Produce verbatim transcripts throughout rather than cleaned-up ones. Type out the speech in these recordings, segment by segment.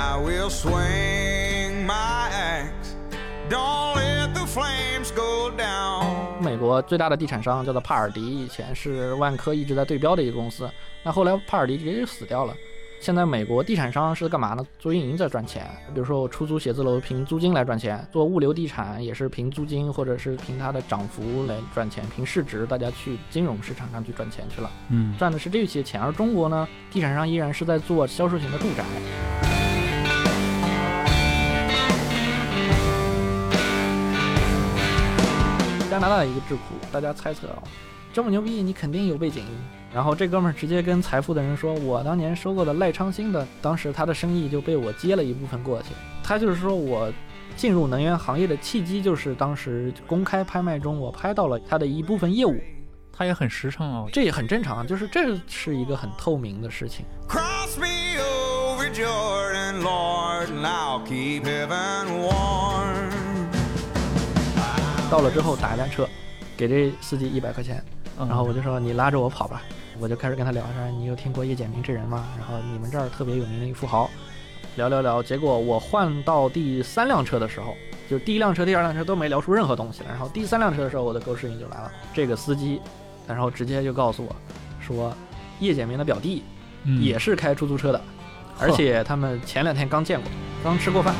I will swing my axe, don't let the flames go down。 美国最大的地产商叫做帕尔迪，以前是万科一直在对标的一个公司，那后来帕尔迪直接就死掉了。现在美国地产商是干嘛呢？做运营在赚钱，比如说我出租写字楼凭租金来赚钱，做物流地产也是凭租金或者是凭它的涨幅来赚钱，凭市值大家去金融市场上去赚钱去了， 嗯， 赚的是这些钱。而中国呢，地产商依然是在做销售型的住宅。加拿大的一个智库，大家猜测啊，这么牛逼，你肯定有背景。然后这哥们儿直接跟财富的人说，我当年收购的赖昌星的，当时他的生意就被我接了一部分过去。他就是说我进入能源行业的契机，就是当时公开拍卖中我拍到了他的一部分业务。 他也很实诚哦， 这也很正常，就是这是一个很透明的事情。 Cross me over Jordan, Lord, and I'll keep heaven warm。 到了之后打一辆车，给这司机一百块钱， 嗯、 然后我就说你拉着我跑吧。我就开始跟他聊说，你有听过叶简明这人吗？然后你们这儿特别有名的一个富豪，聊聊聊。结果我换到第三辆车的时候，就是第一辆车第二辆车都没聊出任何东西来，然后第三辆车的时候我的狗事情就来了。这个司机然后直接就告诉我说，叶简明的表弟也是开出租车的、嗯、而且他们前两天刚见过，刚吃过饭。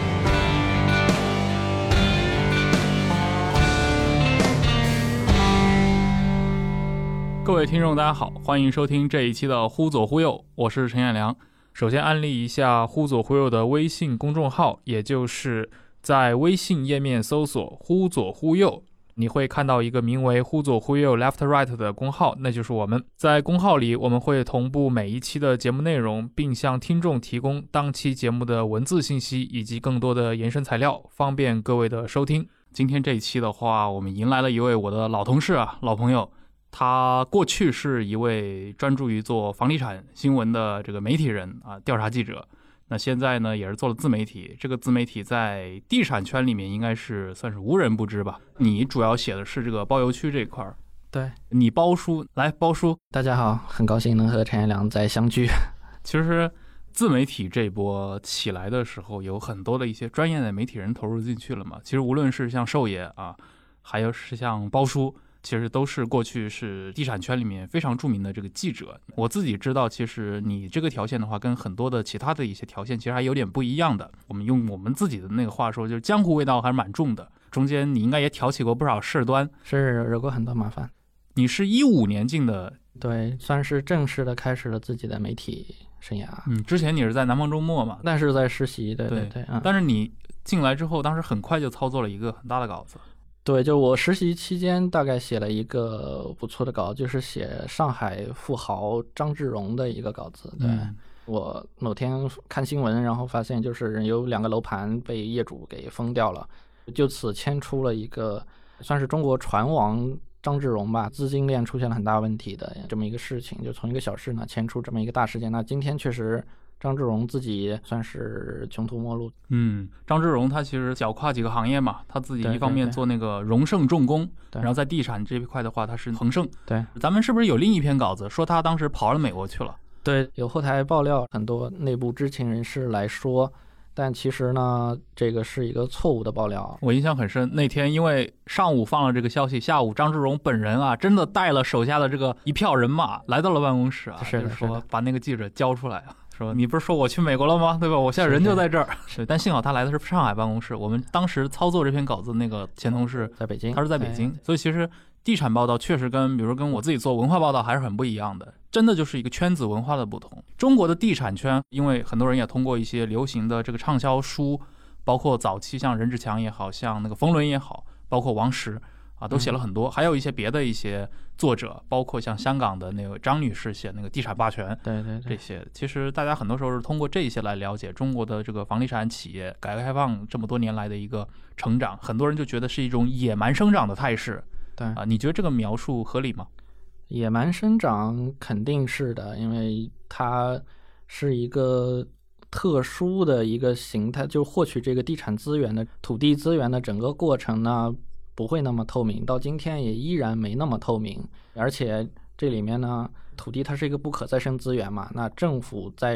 各位听众大家好，欢迎收听这一期的忽左忽右，我是陈彦良。首先安利一下忽左忽右的微信公众号，也就是在微信页面搜索忽左忽右，你会看到一个名为忽左忽右 left right 的公号，那就是我们。在公号里我们会同步每一期的节目内容，并向听众提供当期节目的文字信息以及更多的延伸材料，方便各位的收听。今天这一期的话，我们迎来了一位我的老同事啊，老朋友。他过去是一位专注于做房地产新闻的这个媒体人啊，调查记者。那现在呢，也是做了自媒体。这个自媒体在地产圈里面应该是算是无人不知吧？你主要写的是这个包邮区这一块。 对， 你包叔，来包叔。 大家好，很高兴能和陈彦良再相聚。 其实自媒体这一波起来的时候，有很多的一些专业的媒体人投入进去了嘛。其实无论是像寿爷啊，还有是像包叔，其实都是过去是地产圈里面非常著名的这个记者。我自己知道，其实你这个条线的话，跟很多的其他的一些条线其实还有点不一样的。我们用我们自己的那个话说，就是江湖味道还是蛮重的。中间你应该也挑起过不少事端， 是惹过很多麻烦。 你是一五年进的， 对，算是正式的开始了自己的媒体生涯。 嗯，之前你是在南方周末嘛？ 但是在实习，对对对, 对、嗯、 但是你进来之后，当时很快就操作了一个很大的稿子。 对，就我实习期间大概写了一个不错的稿，就是写上海富豪张志荣的一个稿子。对、嗯、我某天看新闻，然后发现就是有两个楼盘被业主给封掉了，就此牵出了一个算是中国船王张志荣吧，资金链出现了很大问题的这么一个事情，就从一个小事呢牵出这么一个大事件。那今天确实张志荣自己算是穷途末路。 嗯，张志荣他其实脚跨几个行业嘛，他自己一方面做那个荣盛重工，然后在地产这一块的话他是恒盛。 对， 咱们是不是有另一篇稿子说他当时跑了美国去了？ 对，有后台爆料，很多内部知情人士来说，但其实呢这个是一个错误的爆料。 我印象很深，那天因为上午放了这个消息，下午张志荣本人啊真的带了手下的这个一票人马来到了办公室啊， 是就是说把那个记者交出来啊，说你不是说我去美国了吗？对吧？我现在人就在这儿。是，但幸好他来的是上海办公室。我们当时操作这篇稿子那个前同事在北京， 他是在北京，所以其实地产报道确实跟比如说跟我自己做文化报道还是很不一样的，真的就是一个圈子文化的不同。中国的地产圈，因为很多人也通过一些流行的这个畅销书，包括早期像任志强也好，像那个冯仑也好，包括王石啊，都写了很多、嗯、还有一些别的一些作者，包括像香港的那个张女士写那个地产霸权， 对对对， 这些其实大家很多时候是通过这些来了解中国的这个房地产企业改革开放这么多年来的一个成长，很多人就觉得是一种野蛮生长的态势。 对啊，你觉得这个描述合理吗？ 野蛮生长肯定是的，因为它是一个特殊的一个形态，就获取这个地产资源的土地资源的整个过程呢不会那么透明，到今天也依然没那么透明。而且这里面呢，土地它是一个不可再生资源嘛，那政府在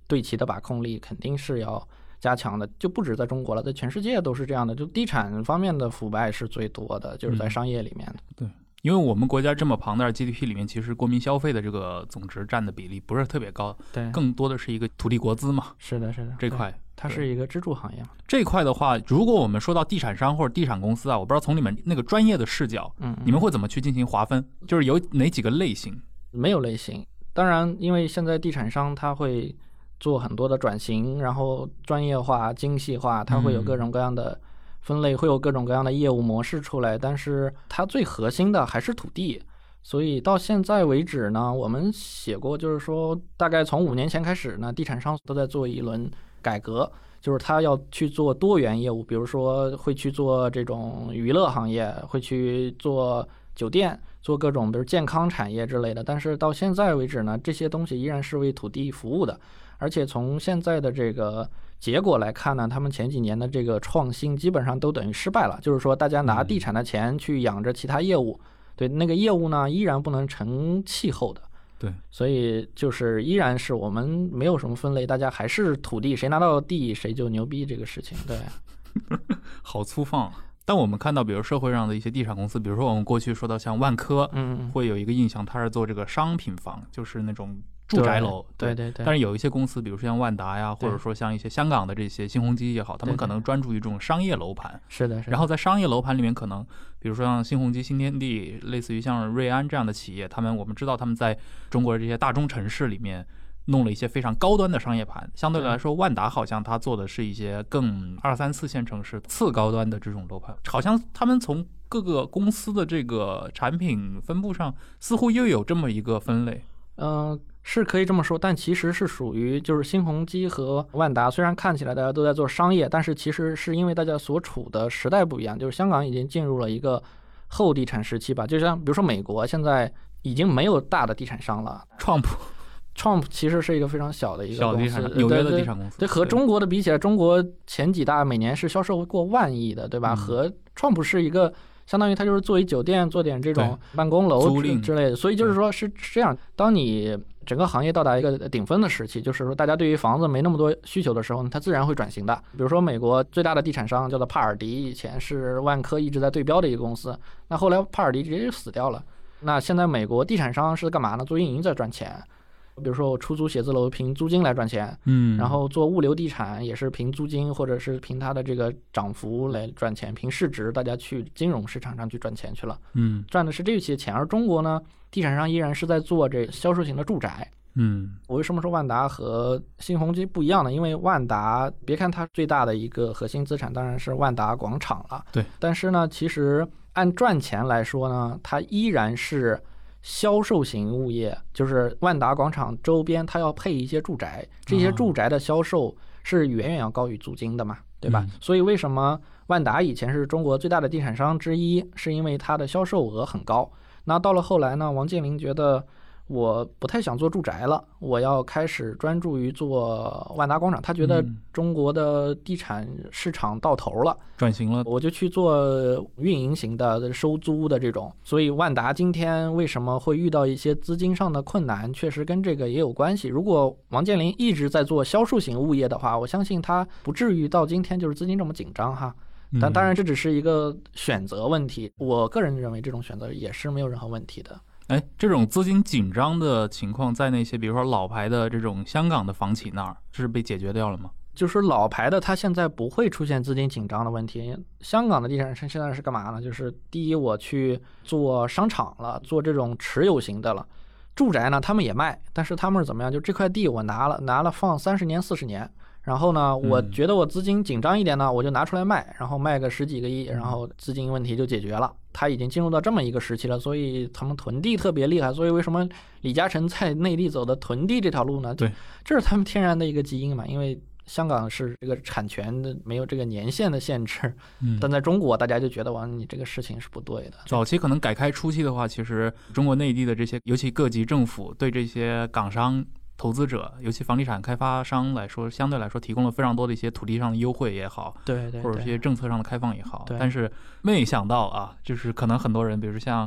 对其的把控力肯定是要加强的，就不止在中国了，在全世界都是这样的。就地产方面的腐败是最多的，就是在商业里面的。 嗯、对。因为我们国家这么庞大的 G D P 里面，其实国民消费的这个总值占的比例不是特别高， 对， 更多的是一个土地国资嘛。 是的，是的， 这块它是一个支柱行业嘛。 这块的话，如果我们说到地产商或者地产公司啊，我不知道从你们那个专业的视角， 嗯， 你们会怎么去进行划分？就是有哪几个类型？ 没有类型，当然，因为现在地产商他会做很多的转型，然后专业化、精细化，它会有各种各样的分类，会有各种各样的业务模式出来，但是它最核心的还是土地。所以到现在为止呢，我们写过，就是说大概从五年前开始呢，地产商都在做一轮改革，就是他要去做多元业务，比如说会去做这种娱乐行业，会去做酒店，做各种比如健康产业之类的。但是到现在为止呢，这些东西依然是为土地服务的，而且从现在的这个结果来看呢，他们前几年的这个创新基本上都等于失败了，就是说大家拿地产的钱去养着其他业务。对，那个业务呢依然不能成气候的。 对， 所以就是依然是我们没有什么分类，大家还是土地，谁拿到地谁就牛逼这个事情。对， 好粗放。但我们看到比如社会上的一些地产公司，比如说我们过去说到像万科， 嗯， 会有一个印象，它是做这个商品房，就是那种住宅楼。 对对 对, 对。 但是有一些公司，比如说像万达呀，或者说像一些香港的这些新鸿基也好，他们可能专注于这种商业楼盘。 是的，是的。 然后在商业楼盘里面，可能比如说像新鸿基、新天地，类似于像瑞安这样的企业，他们我们知道他们在中国的这些大中城市里面弄了一些非常高端的商业盘。相对来说，万达好像他做的是一些更二三四线城市次高端的这种楼盘，好像他们从各个公司的这个产品分布上似乎又有这么一个分类。 嗯、呃，是可以这么说，但其实是属于就是新鸿基和万达，虽然看起来大家都在做商业，但是其实是因为大家所处的时代不一样，就是香港已经进入了一个后地产时期吧，就像比如说美国现在已经没有大的地产商了。 Trump Trump 其实是一个非常小的一个公司， 纽约的地产公司。 对，和中国的比起来，中国前几大每年是销售过万亿的，对吧？嗯、和 Trump 是一个相当于他就是做一酒店，做点这种办公楼之之类的。所以就是说是是这样，当你整个行业到达一个顶峰的时期，就是说大家对于房子没那么多需求的时候呢，它自然会转型的。比如说美国最大的地产商叫做帕尔迪，以前是万科一直在对标的一个公司，那后来帕尔迪直接就死掉了。那现在美国地产商是干嘛呢？做运营在赚钱。比如说我出租写字楼凭租金来赚钱， 嗯， 然后做物流地产也是凭租金或者是凭它的这个涨幅来赚钱，凭市值大家去金融市场上去赚钱去了， 嗯， 赚的是这些钱。而中国呢，地产商依然是在做这销售型的住宅。 嗯， 我为什么说万达和新鸿基不一样呢？因为万达别看它最大的一个核心资产当然是万达广场了， 对， 但是呢，其实按赚钱来说呢，它依然是销售型物业，就是万达广场周边它要配一些住宅，这些住宅的销售是远远要高于租金的嘛，对吧？ 嗯、 所以为什么万达以前是中国最大的地产商之一，是因为它的销售额很高。那到了后来呢，王健林觉得我不太想做住宅了，我要开始专注于做万达广场。他觉得中国的地产市场到头了， 转型了， 我就去做运营型的收租的这种。所以万达今天为什么会遇到一些资金上的困难，确实跟这个也有关系。如果王健林一直在做销售型物业的话，我相信他不至于到今天就是资金这么紧张哈。但当然这只是一个选择问题，我个人认为这种选择也是没有任何问题的。 哎，这种资金紧张的情况在那些比如说老牌的这种香港的房企那儿是被解决掉了吗？ 就是老牌的它现在不会出现资金紧张的问题。香港的地产商现在是干嘛呢？就是第一，我去做商场了，做这种持有型的了。住宅呢他们也卖，但是他们是怎么样，就这块地我拿了拿了放三十年四十年，然后呢我觉得我资金紧张一点呢，我就拿出来卖，然后卖个十几个亿，然后资金问题就解决了。他已经进入到这么一个时期了，所以他们囤地特别厉害。所以为什么李嘉诚在内地走的囤地这条路呢？ 对， 这是他们天然的一个基因嘛。因为香港是这个产权的没有这个年限的限制， 嗯， 但在中国大家就觉得哇，你这个事情是不对的。 早期可能改开初期的话，其实中国内地的这些，尤其各级政府对这些港商投资者，尤其房地产开发商来说，相对来说提供了非常多的一些土地上的优惠也好， 对 对, 对， 或者一些政策上的开放也好。 对， 但是没想到啊，就是可能很多人，比如说像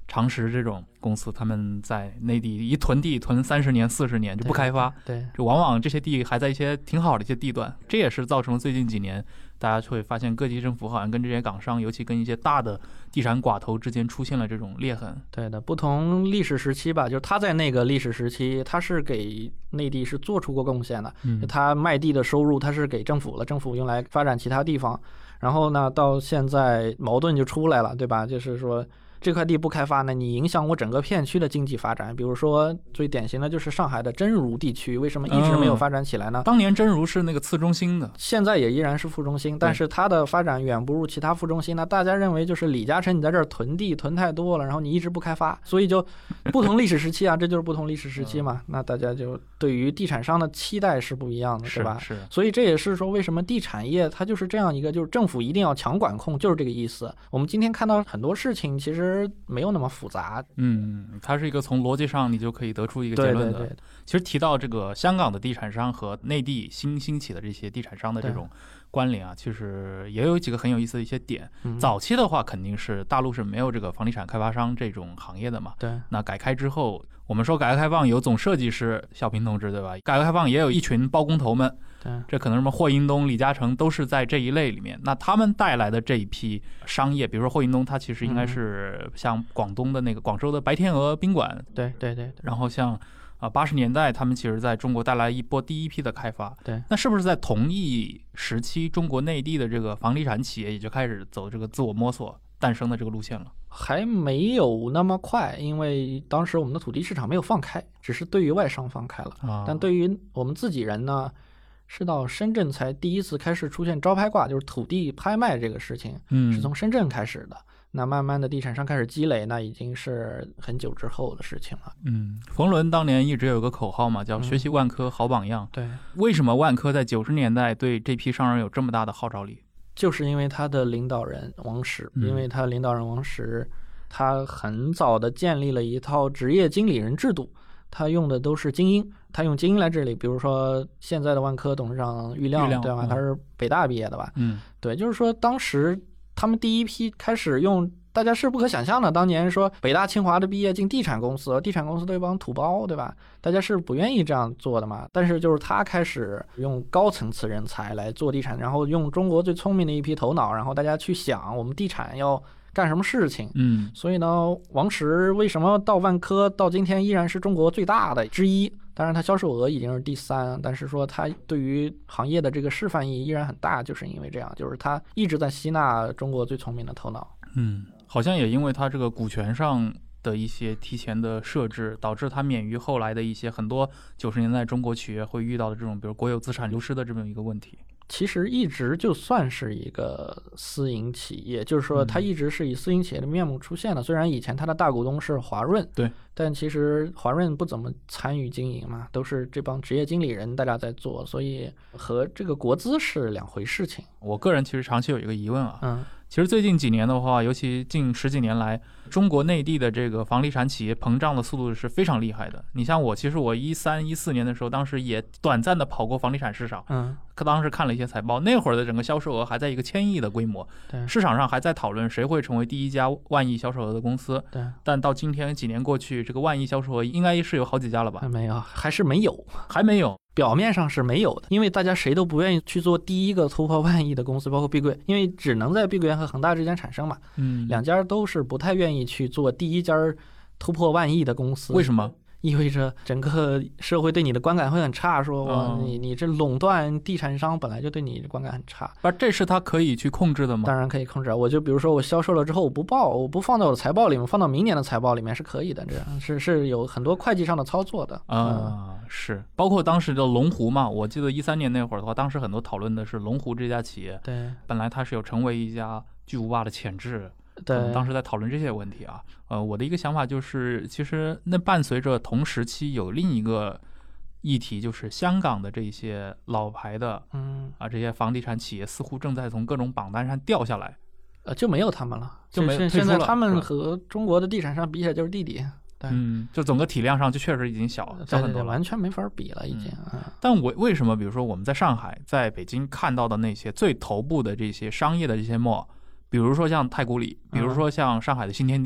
长实这种公司，他们在内地一囤地囤三十年、四十年就不开发， 对， 就往往这些地还在一些挺好的一些地段，这也是造成最近几年大家会发现各地政府好像跟这些港商，尤其跟一些大的地产寡头之间出现了这种裂痕。 对的，不同历史时期吧，就是他在那个历史时期，他是给内地是做出过贡献的， 嗯， 他卖地的收入他是给政府了，政府用来发展其他地方。然后呢，到现在矛盾就出来了，对吧？就是说这块地不开发呢，你影响我整个片区的经济发展。比如说最典型的就是上海的真如地区，为什么一直没有发展起来呢？ 嗯、当年真如是那个次中心的， 现在也依然是副中心，但是它的发展远不如其他副中心呢。大家认为就是李嘉诚你在这儿囤地囤太多了，然后你一直不开发，所以就不同历史时期啊，这就是不同历史时期嘛。那大家就对于地产商的期待是不一样的，对吧？ 是。 所以这也是说为什么地产业它就是这样一个，就是政府一定要强管控，就是这个意思。我们今天看到很多事情其实没有那么复杂， 嗯，它是一个从逻辑上你就可以得出一个结论的。 对对对， 其实提到这个香港的地产商和内地新兴起的这些地产商的这种关联啊，其实也有几个很有意思的一些点。 嗯、 早期的话，肯定是大陆是没有这个房地产开发商这种行业的嘛。 对。 那改开之后，我们说改革开放有总设计师小平同志，对吧？改革开放也有一群包工头们。 对， 这可能什么霍英东、李嘉诚都是在这一类里面。那他们带来的这一批商业，比如说霍英东，他其实应该是像广东的那个广州的白天鹅宾馆， 对对 对, 对。 然后像啊八十年代，他们其实在中国带来一波第一批的开发。 对， 那是不是在同一时期，中国内地的这个房地产企业也就开始走这个自我摸索诞生的这个路线了？ 还没有那么快，因为当时我们的土地市场没有放开，只是对于外商放开了。 啊、 但对于我们自己人呢？是到深圳才第一次开始出现招拍挂，就是土地拍卖这个事情， 嗯， 是从深圳开始的。那慢慢的地产商开始积累，那已经是很久之后的事情了。 嗯，冯仑当年一直有个口号嘛，叫学习万科好榜样。 嗯、对， 为什么万科在九十年代对这批商人有这么大的号召力？ 就是因为他的领导人王石， 嗯、 因为他领导人王石，他很早的建立了一套职业经理人制度。他用的都是精英，他用精英来治理。比如说现在的万科董事长郁亮，对吧？他是北大毕业的吧？ 嗯， 对，就是说当时他们第一批开始用，大家是不可想象的。当年说北大清华的毕业进地产公司，地产公司都一帮土包，对吧？大家是不愿意这样做的嘛。但是就是他开始用高层次人才来做地产，然后用中国最聪明的一批头脑，然后大家去想我们地产要干什么事情。 嗯， 所以呢，王石为什么到万科到今天依然是中国最大的之一？当然，它销售额已经是第三，但是说它对于行业的这个示范意义依然很大，就是因为这样，就是它一直在吸纳中国最聪明的头脑。 嗯，好像也因为它这个股权上的一些提前的设置，导致它免于后来的一些很多九十年代中国企业会遇到的这种，比如国有资产流失的这么一个问题。 其实一直就算是一个私营企业，就是说它一直是以私营企业的面目出现的。虽然以前它的大股东是华润， 对， 但其实华润不怎么参与经营嘛，都是这帮职业经理人大家在做，所以和这个国资是两回事情。 我个人其实长期有一个疑问啊， 嗯。 其实最近几年的话，尤其近十几年来，中国内地的这个房地产企业膨胀的速度是非常厉害的。你像我，其实我一三一四年的时候，当时也短暂的跑过房地产市场， 嗯， 当时看了一些财报，那会儿的整个销售额还在一个千亿的规模， 对， 市场上还在讨论谁会成为第一家万亿销售额的公司， 对。 但到今天几年过去，这个万亿销售额应该是有好几家了吧？ 没有，还是没有， 还没有。 表面上是没有的，因为大家谁都不愿意去做第一个突破万亿的公司，包括碧桂，因为只能在碧桂园和恒大之间产生嘛。 嗯， 两家都是不太愿意去做第一家突破万亿的公司。 为什么？ 意味着整个社会对你的观感会很差，说哇， 哦、 你你这垄断地产商本来就对你观感很差。 不，这是他可以去控制的吗？ 当然可以控制。我就比如说我销售了之后，我不报，我不放在我的财报里面，放到明年的财报里面是可以的，这样是是有很多会计上的操作的啊、嗯。是，包括当时的龙湖嘛，我记得一三年那会儿的话，当时很多讨论的是龙湖这家企业， 对， 本来它是有成为一家巨无霸的潜质。 对、 嗯，当时在讨论这些问题啊，呃，我的一个想法就是，其实那伴随着同时期有另一个议题，就是香港的这些老牌的， 嗯啊，这些房地产企业似乎正在从各种榜单上掉下来， 呃，就没有他们了， 就没现在他们和中国的地产商比起来就是弟弟。对， 嗯，就整个体量上就确实已经小小很多了， 完全没法比了，已经。 嗯、但我为什么，比如说我们在上海、在北京看到的那些最头部的这些商业的这些 mall，比如说像太古里，比如说像上海的新天地，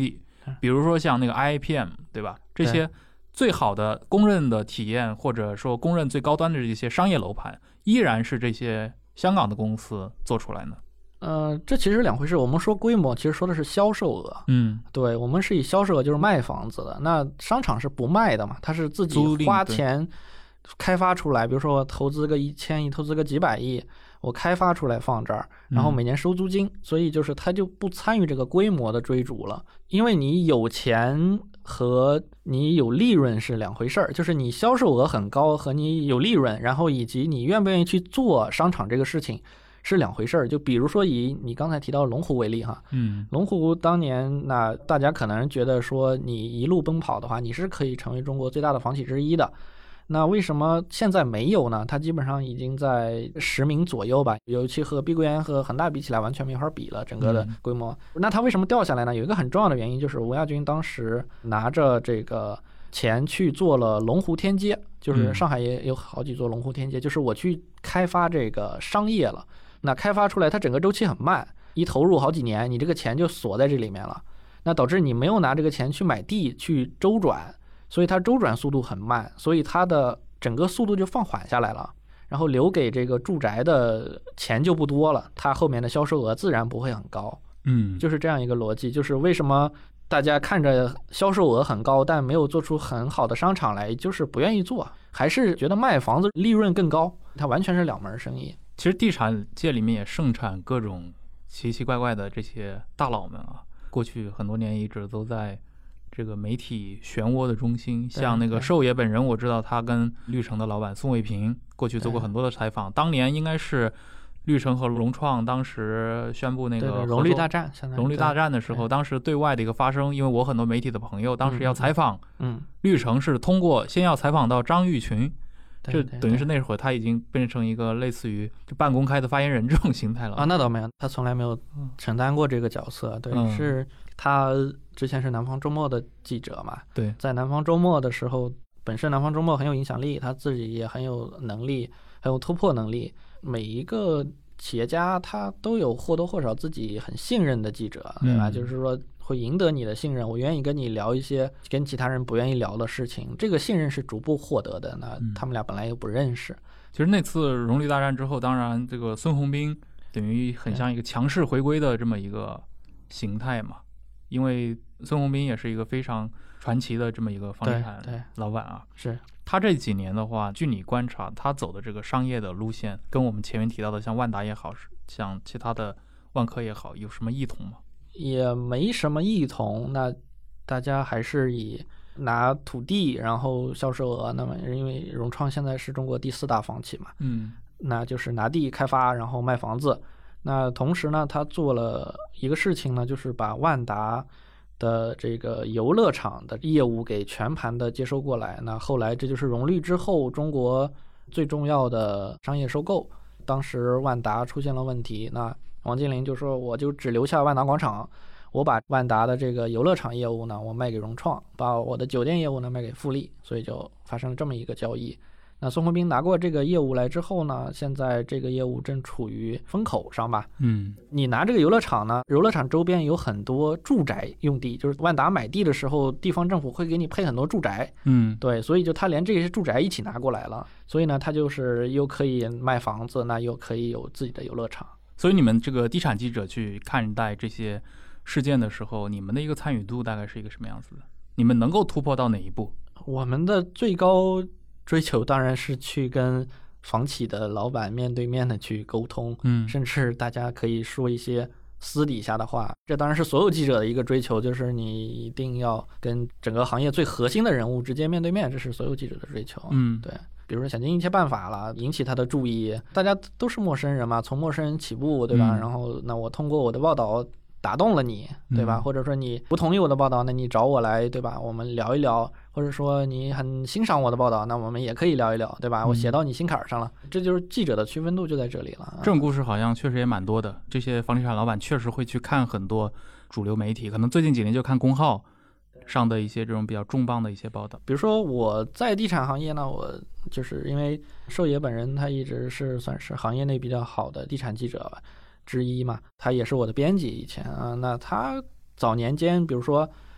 比如说像那个 I P M 对吧，这些最好的公认的体验或者说公认最高端的这些商业楼盘，依然是这些香港的公司做出来呢？ 呃，这其实是两回事。我们说规模，其实说的是销售额。 嗯， 对，我们是以销售额就是卖房子的，那商场是不卖的嘛，它是自己花钱开发出来，比如说我投资个一千亿，投资个几百亿，我开发出来放这儿，然后每年收租金，嗯、所以就是它就不参与这个规模的追逐了，因为你有钱和你有利润是两回事儿，就是你销售额很高和你有利润，然后以及你愿不愿意去做商场这个事情是两回事儿。就比如说以你刚才提到龙湖为例哈， 嗯， 龙湖当年那大家可能觉得说你一路奔跑的话，你是可以成为中国最大的房企之一的。那为什么现在没有呢？它基本上已经在十名左右吧，尤其和碧桂园和恒大比起来完全没法比了，整个的规模。嗯、那它为什么掉下来呢？有一个很重要的原因就是吴亚军当时拿着这个钱去做了龙湖天街，就是上海也有好几座龙湖天街，就是我去开发这个商业了。那开发出来它整个周期很慢，一投入好几年，你这个钱就锁在这里面了，那导致你没有拿这个钱去买地去周转，所以它周转速度很慢，所以它的整个速度就放缓下来了，然后留给这个住宅的钱就不多了，它后面的销售额自然不会很高。 嗯， 就是这样一个逻辑，就是为什么大家看着销售额很高，但没有做出很好的商场来，就是不愿意做，还是觉得卖房子利润更高，它完全是两门生意。 其实地产界里面也盛产各种奇奇怪怪的这些大佬们啊，过去很多年一直都在这个媒体漩涡的中心。像那个寿爷本人，我知道他跟绿城的老板宋卫平过去做过很多的采访，当年应该是绿城和融创当时宣布那个融绿大战， 融绿大战的时候，当时对外的一个发声，因为我很多媒体的朋友当时要采访， 嗯， 绿城是通过先要采访到张玉群。就等于是那会儿他已经变成一个类似于就半公开的发言人这种形态了啊。那倒没有，他从来没有承担过这个角色。对， 嗯、 是他之前是南方周末的记者嘛。 对， 在南方周末的时候，本身南方周末很有影响力，他自己也很有能力，很有突破能力。每一个企业家他都有或多或少自己很信任的记者，对吧？嗯、就是说。会赢得你的信任，我愿意跟你聊一些跟其他人不愿意聊的事情，这个信任是逐步获得的。那他们俩本来又不认识。 嗯、其实那次融绿大战之后，当然这个孙宏斌等于很像一个强势回归的这么一个形态嘛，因为孙宏斌也是一个非常传奇的这么一个房地产老板啊。 是他这几年的话，据你观察，他走的这个商业的路线，跟我们前面提到的像万达也好，像其他的万科也好，有什么异同吗？ 也没什么异同，那大家还是以拿土地然后销售额，那么因为融创现在是中国第四大房企嘛， 嗯， 那就是拿地开发然后卖房子。那同时呢，他做了一个事情呢，就是把万达的这个游乐场的业务给全盘的接收过来。那后来这就是融绿之后中国最重要的商业收购，当时万达出现了问题，那王健林就说我就只留下万达广场，我把万达的这个游乐场业务呢我卖给融创，把我的酒店业务呢卖给富力，所以就发生了这么一个交易。那孙宏斌拿过这个业务来之后呢，现在这个业务正处于风口上吧。 嗯， 你拿这个游乐场呢，游乐场周边有很多住宅用地，就是万达买地的时候地方政府会给你配很多住宅。 嗯， 对，所以就他连这些住宅一起拿过来了，所以呢他就是又可以卖房子，那又可以有自己的游乐场。 所以你们这个地产记者去看待这些事件的时候，你们的一个参与度大概是一个什么样子的？你们能够突破到哪一步？ 我们的最高追求当然是去跟房企的老板面对面的去沟通， 嗯， 甚至大家可以说一些私底下的话。这当然是所有记者的一个追求，就是你一定要跟整个行业最核心的人物直接面对面，这是所有记者的追求。 嗯， 对。比如说想尽一切办法了，引起他的注意，大家都是陌生人嘛，从陌生人起步，对吧？嗯、然后那我通过我的报道打动了你，对吧？嗯、或者说你不同意我的报道，那你找我来，对吧？我们聊一聊，或者说你很欣赏我的报道，那我们也可以聊一聊，对吧？我写到你心坎上了，嗯、这就是记者的区分度就在这里了。 这种故事好像确实也蛮多的，这些房地产老板确实会去看很多主流媒体，可能最近几年就看公号上的一些这种比较重磅的一些报道。 比如说我在地产行业呢，我就是因为寿爷本人他一直是算是行业内比较好的地产记者之一嘛，他也是我的编辑以前啊。那他早年间比如说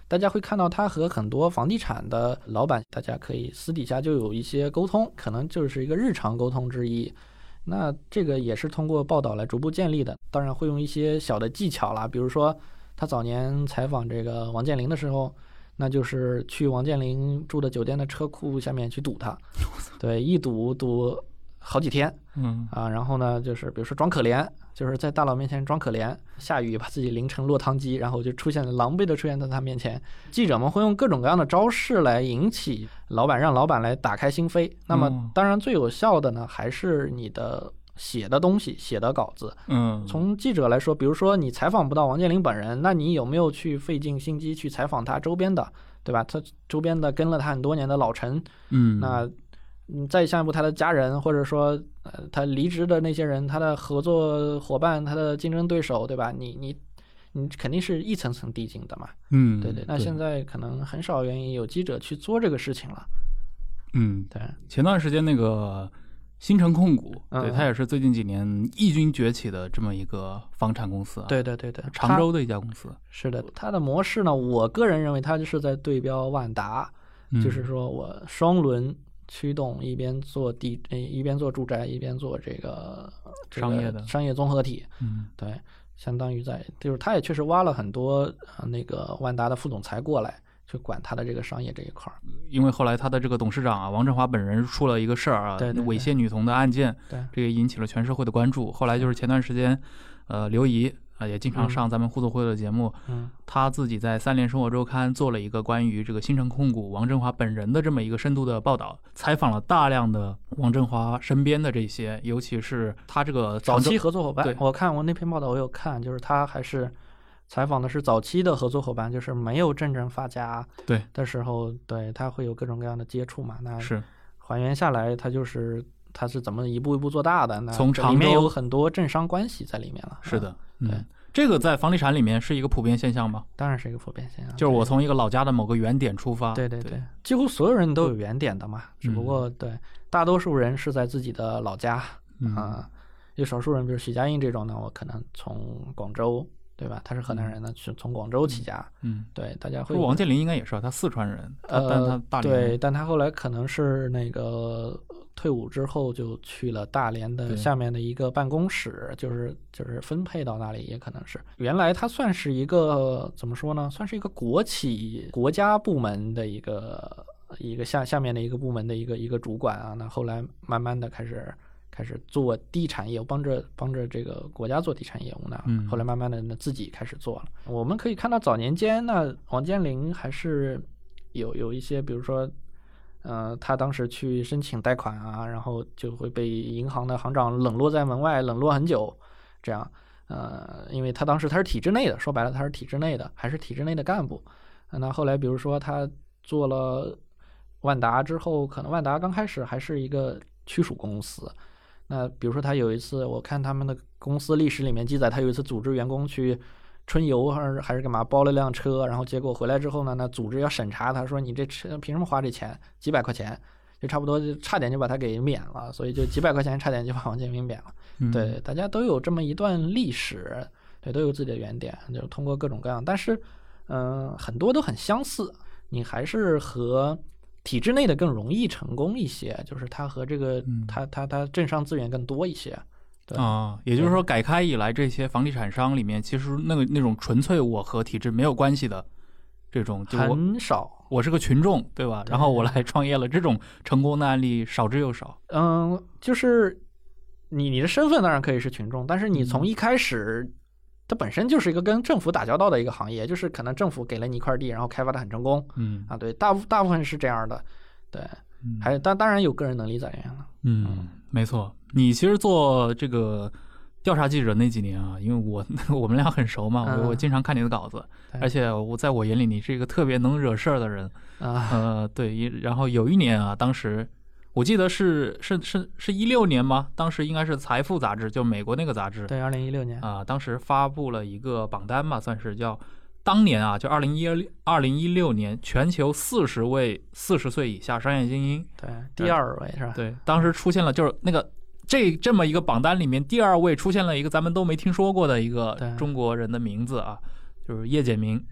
大家会看到他和很多房地产的老板，大家可以私底下就有一些沟通，可能就是一个日常沟通之一。那这个也是通过报道来逐步建立的，当然会用一些小的技巧啦，比如说他早年采访这个王健林的时候，那就是去王健林住的酒店的车库下面去堵他，对，一堵堵好几天， 嗯啊，然后呢，就是比如说装可怜，就是在大佬面前装可怜，下雨把自己淋成落汤鸡，然后就出现了狼狈的出现在他面前。记者们会用各种各样的招式来引起老板，让老板来打开心扉。那么当然最有效的呢，还是你的写的东西，写的稿子。 嗯， 从记者来说，比如说你采访不到王健林本人，那你有没有去费尽心机去采访他周边的，对吧？他周边的跟了他很多年的老陈， 嗯， 那嗯，再下一步，他的家人，或者说呃，他离职的那些人，他的合作伙伴，他的竞争对手，对吧？你你你肯定是一层层递进的嘛。 嗯， 对对。那现在可能很少愿意有记者去做这个事情了。 嗯， 对。 前段时间那个新城控股， 嗯、 对，它也是最近几年异军崛起的这么一个房产公司、啊。 对对对对， 常州的一家公司。 是的，它的模式呢，我个人认为它就是在对标万达， 嗯、 就是说我双轮驱动，一边做地，一边做住宅，一边做这个商业的商业综合体。 嗯， 对，相当于在就是他也确实挖了很多、呃、那个万达的副总裁过来去管他的这个商业这一块。 因为后来他的这个董事长啊，王振华本人出了一个事儿啊， 对对对猥亵女童的案件， 对， 这个引起了全社会的关注。后来就是前段时间，呃，刘怡啊也经常上咱们互动会的节目， 嗯， 他自己在三联生活周刊做了一个关于这个新城控股王振华本人的这么一个深度的报道，采访了大量的王振华身边的这些，尤其是他这个早期合作伙伴。 对， 我看我那篇报道我有看，就是他还是采访的是早期的合作伙伴，就是没有真正发家对的时候，对他会有各种各样的接触嘛。那是还原下来，他就是他是怎么一步一步做大的？那从常州里面有很多政商关系在里面了。 是的， 嗯、对。 嗯，这个在房地产里面是一个普遍现象吗？ 当然是一个普遍现象， 就是我从一个老家的某个原点出发。 对对 对, 对，几乎所有人都有原点的嘛，只不过、嗯、对大多数人是在自己的老家啊、 嗯呃，有少数人，比如许家印这种呢，我可能从广州，对吧？他是河南人呢，是、嗯、从广州起家。 嗯， 对，大家会。 王健林应该也是，他四川人， 呃， 但他大连人。 对，但他后来可能是那个。退伍之后就去了大连的下面的一个办公室，就是就是分配到那里，也可能是原来他算是一个怎么说呢，算是一个国企国家部门的一个一个下下面的一个部门的一个一个主管啊，那后来慢慢的开始开始做地产业务，帮着帮着这个国家做地产业务呢， 嗯， 后来慢慢的自己开始做了。我们可以看到早年间呢，王健林还是有有一些，比如说。呃，他当时去申请贷款啊，然后就会被银行的行长冷落在门外，冷落很久，这样，呃，因为他当时他是体制内的，说白了他是体制内的，还是体制内的干部。那后来比如说他做了万达之后，可能万达刚开始还是一个区属公司。那比如说他有一次，我看他们的公司历史里面记载，他有一次组织员工去春游还是还是干嘛，包了辆车，然后结果回来之后呢，那组织要审查他，说你这车凭什么花这钱，几百块钱，就差不多就差点就把他给免了，所以就几百块钱差点就把王健林免了。 嗯、 对，大家都有这么一段历史，对，都有自己的原点，就通过各种各样，但是嗯、呃，很多都很相似，你还是和体制内的更容易成功一些，就是他和这个、嗯、他他他政商资源更多一些。对啊，也就是说，改开以来，这些房地产商里面，其实那个那种纯粹我和体制没有关系的这种，就很少。 我是个群众，对吧？ 对， 然后我来创业了，这种成功的案例少之又少。 嗯，就是你你的身份当然可以是群众，但是你从一开始，嗯、它本身就是一个跟政府打交道的一个行业，就是可能政府给了你一块地，然后开发的很成功。 嗯啊，对，大大部分是这样的，对， 嗯、 还当当然有个人能力在里面了。 嗯，嗯没错。你其实做这个调查记者那几年啊，因为我我们俩很熟嘛， 嗯、 我我经常看你的稿子，而且我在我眼里你是一个特别能惹事儿的人啊。 呃，对，然后有一年啊，当时我记得是是是是一六年吗？当时应该是《财富》杂志，就美国那个杂志。 对，二零一六年啊、呃，当时发布了一个榜单嘛，算是叫当年啊，就二零一二零一六年全球四十位四十岁以下商业精英。 对，第二位是吧？ 对，当时出现了就是那个。这这么一个榜单里面，第二位出现了一个咱们都没听说过的一个中国人的名字啊，就是叶简明。 是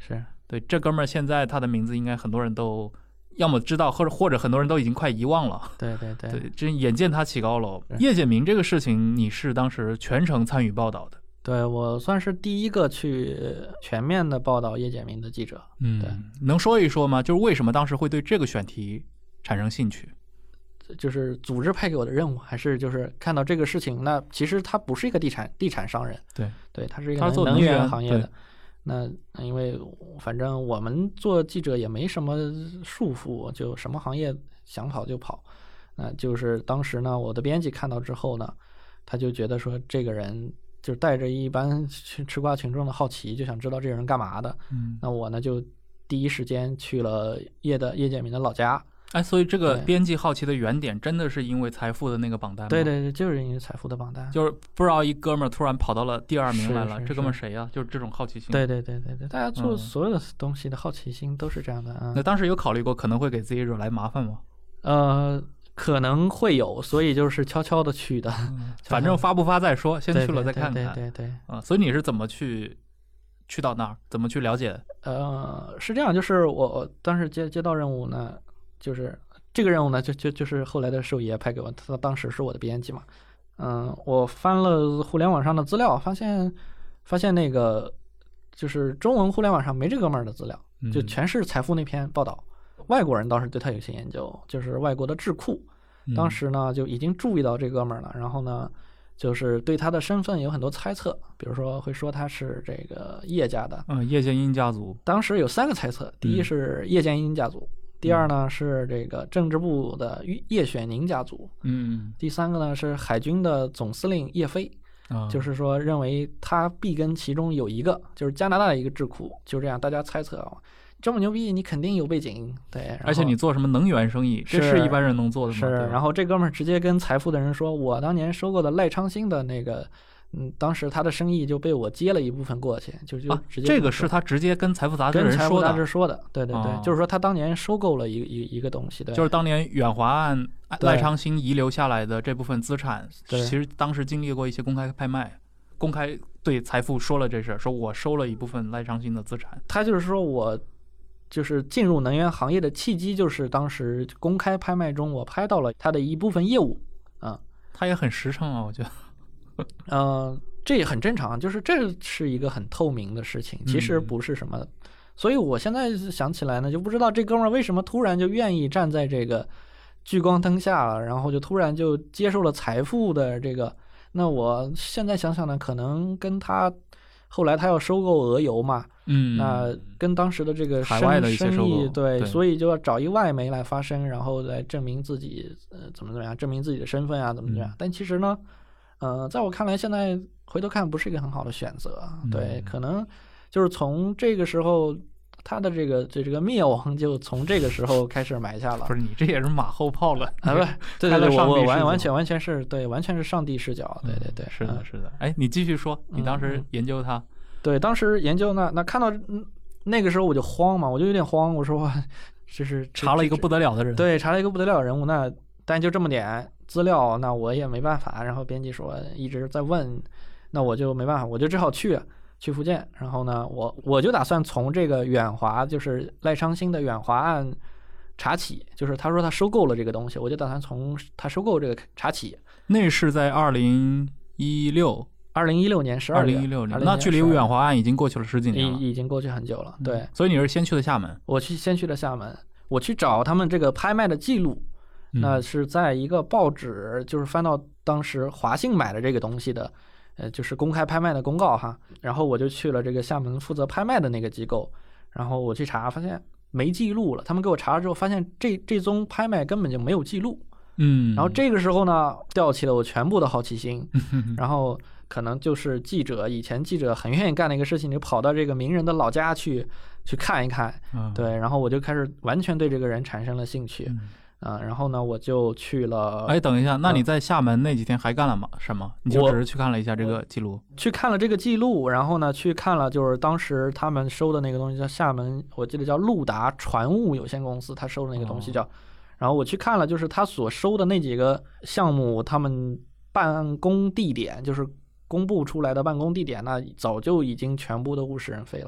对，这哥们儿现在他的名字应该很多人都要么知道，或者或者很多人都已经快遗忘了。 对对对， 对，这眼见他起高楼。叶简明这个事情，你是当时全程参与报道的。 对，我算是第一个去全面的报道叶简明的记者。 嗯， 对， 能说一说吗？就是为什么当时会对这个选题产生兴趣？ 就是组织派给我的任务，还是就是看到这个事情，那其实他不是一个地产地产商人， 对对，他是一个他做能源源行业的。那因为反正我们做记者也没什么束缚，就什么行业想跑就跑。那就是当时呢，我的编辑看到之后呢，他就觉得说这个人就带着一般吃瓜群众的好奇，就想知道这个人干嘛的。 嗯， 那我呢就第一时间去了叶的叶简明的老家。 哎，所以这个编辑好奇的原点真的是因为财富的那个榜单吗？ 对对对，就是因为财富的榜单， 就是不知道一哥们儿突然跑到了第二名来了， 是是这哥们儿谁呀、啊？就是这种好奇心。 对对对对对，大家做嗯所有的东西的好奇心都是这样的啊。 那当时有考虑过可能会给自己惹来麻烦吗？ 呃，可能会有，所以就是悄悄的去的， 嗯、反正发不发再说，先去了再看看。 对对对对对。 啊、嗯，所以你是怎么去去到那儿？怎么去了解？ 呃，是这样，就是我当时接接到任务呢，就是这个任务呢，就就就是后来的寿爷派给我，他当时是我的编辑嘛。嗯，我翻了互联网上的资料，发现发现那个就是中文互联网上没这哥们儿的资料，就全是财富那篇报道。嗯、外国人倒是对他有些研究，就是外国的智库，当时呢就已经注意到这哥们儿了，然后呢就是对他的身份有很多猜测，比如说会说他是这个叶家的， 嗯，叶剑英家族。 当时有三个猜测，第一是叶剑英家族。嗯，第二呢是这个政治部的叶选宁家族， 嗯， 第三个呢是海军的总司令叶飞， 啊， 就是说认为他必跟其中有一个，就是加拿大的一个智库，就这样大家猜测啊，这么牛逼，你肯定有背景，对， 而且你做什么能源生意，这是一般人能做的吗？ 是，然后这哥们儿直接跟财富的人说，我当年收购的赖昌星的那个。嗯，当时他的生意就被我接了一部分过去，就就直接、 啊、这个是他直接跟财富杂志人说的， 跟财富杂志说的，对对对， 哦、 就是说他当年收购了一个一一个东西，对， 就是当年远华案赖昌星遗留下来的这部分资产，其实当时经历过一些公开拍卖，公开对财富说了这事，说我收了一部分赖昌星的资产。 他就是说我就是进入能源行业的契机，就是当时公开拍卖中我拍到了他的一部分业务，啊、嗯， 他也很实诚啊，我觉得， 呃。这也很正常，就是这是一个很透明的事情，其实不是什么，嗯、所以我现在想起来呢，就不知道这哥们儿为什么突然就愿意站在这个聚光灯下了，然后就突然就接受了财富的这个。那我现在想想呢，可能跟他后来他要收购俄油嘛， 嗯， 那跟当时的这个海外的一些收购， 对， 对， 所以就要找一外媒来发声，然后来证明自己呃怎么怎么样，证明自己的身份啊，怎么怎么样。嗯、但其实呢，呃，在我看来，现在回头看不是一个很好的选择，对， 嗯、 可能就是从这个时候，他的这个这这个灭亡就从这个时候开始埋下了。 不是你这也是马后炮了啊？不，对对对，我我完完全完全是对，完全是上帝视角，对对对， 嗯、是的， 嗯、 是的。哎，你继续说，你当时研究他， 嗯、对，当时研究那那看到那个时候我就慌嘛，我就有点慌，我说哇，这是查了一个不得了的人， 对，查了一个不得了的人物，那但就这么点资料，那我也没办法。然后编辑说一直在问。那我就没办法，我就只好去去福建。然后呢，我我就打算从这个远华，就是赖昌星的远华案查起，就是他说他收购了这个东西，我就打算从他收购这个查起。 那是在二零一六， 二零一六年十二月， 二零一六年，那距离远华案已经过去了十几年了， 已已经过去很久了。对、嗯， 所以你是先去的厦门？ 我去先去了厦门，我去找他们这个拍卖的记录。 嗯、 那是在一个报纸，就是翻到当时华信买的这个东西的。呃，就是公开拍卖的公告哈，然后我就去了这个厦门负责拍卖的那个机构，然后我去查，发现没记录了。他们给我查了之后，发现这这宗拍卖根本就没有记录。 嗯， 然后这个时候呢，吊起了我全部的好奇心，然后可能就是记者，以前记者很愿意干的一个事情，就跑到这个名人的老家去去看一看， 嗯、 对，然后我就开始完全对这个人产生了兴趣。嗯啊、嗯，然后呢，我就去了。 哎，等一下，那你在厦门那几天还干了吗？什么？你就只是去看了一下这个记录？ 去看了这个记录，然后呢，去看了就是当时他们收的那个东西，叫厦门，我记得叫路达船务有限公司，他收的那个东西叫。哦、然后我去看了，就是他所收的那几个项目，他们办公地点，就是公布出来的办公地点，那早就已经全部都物是人非了。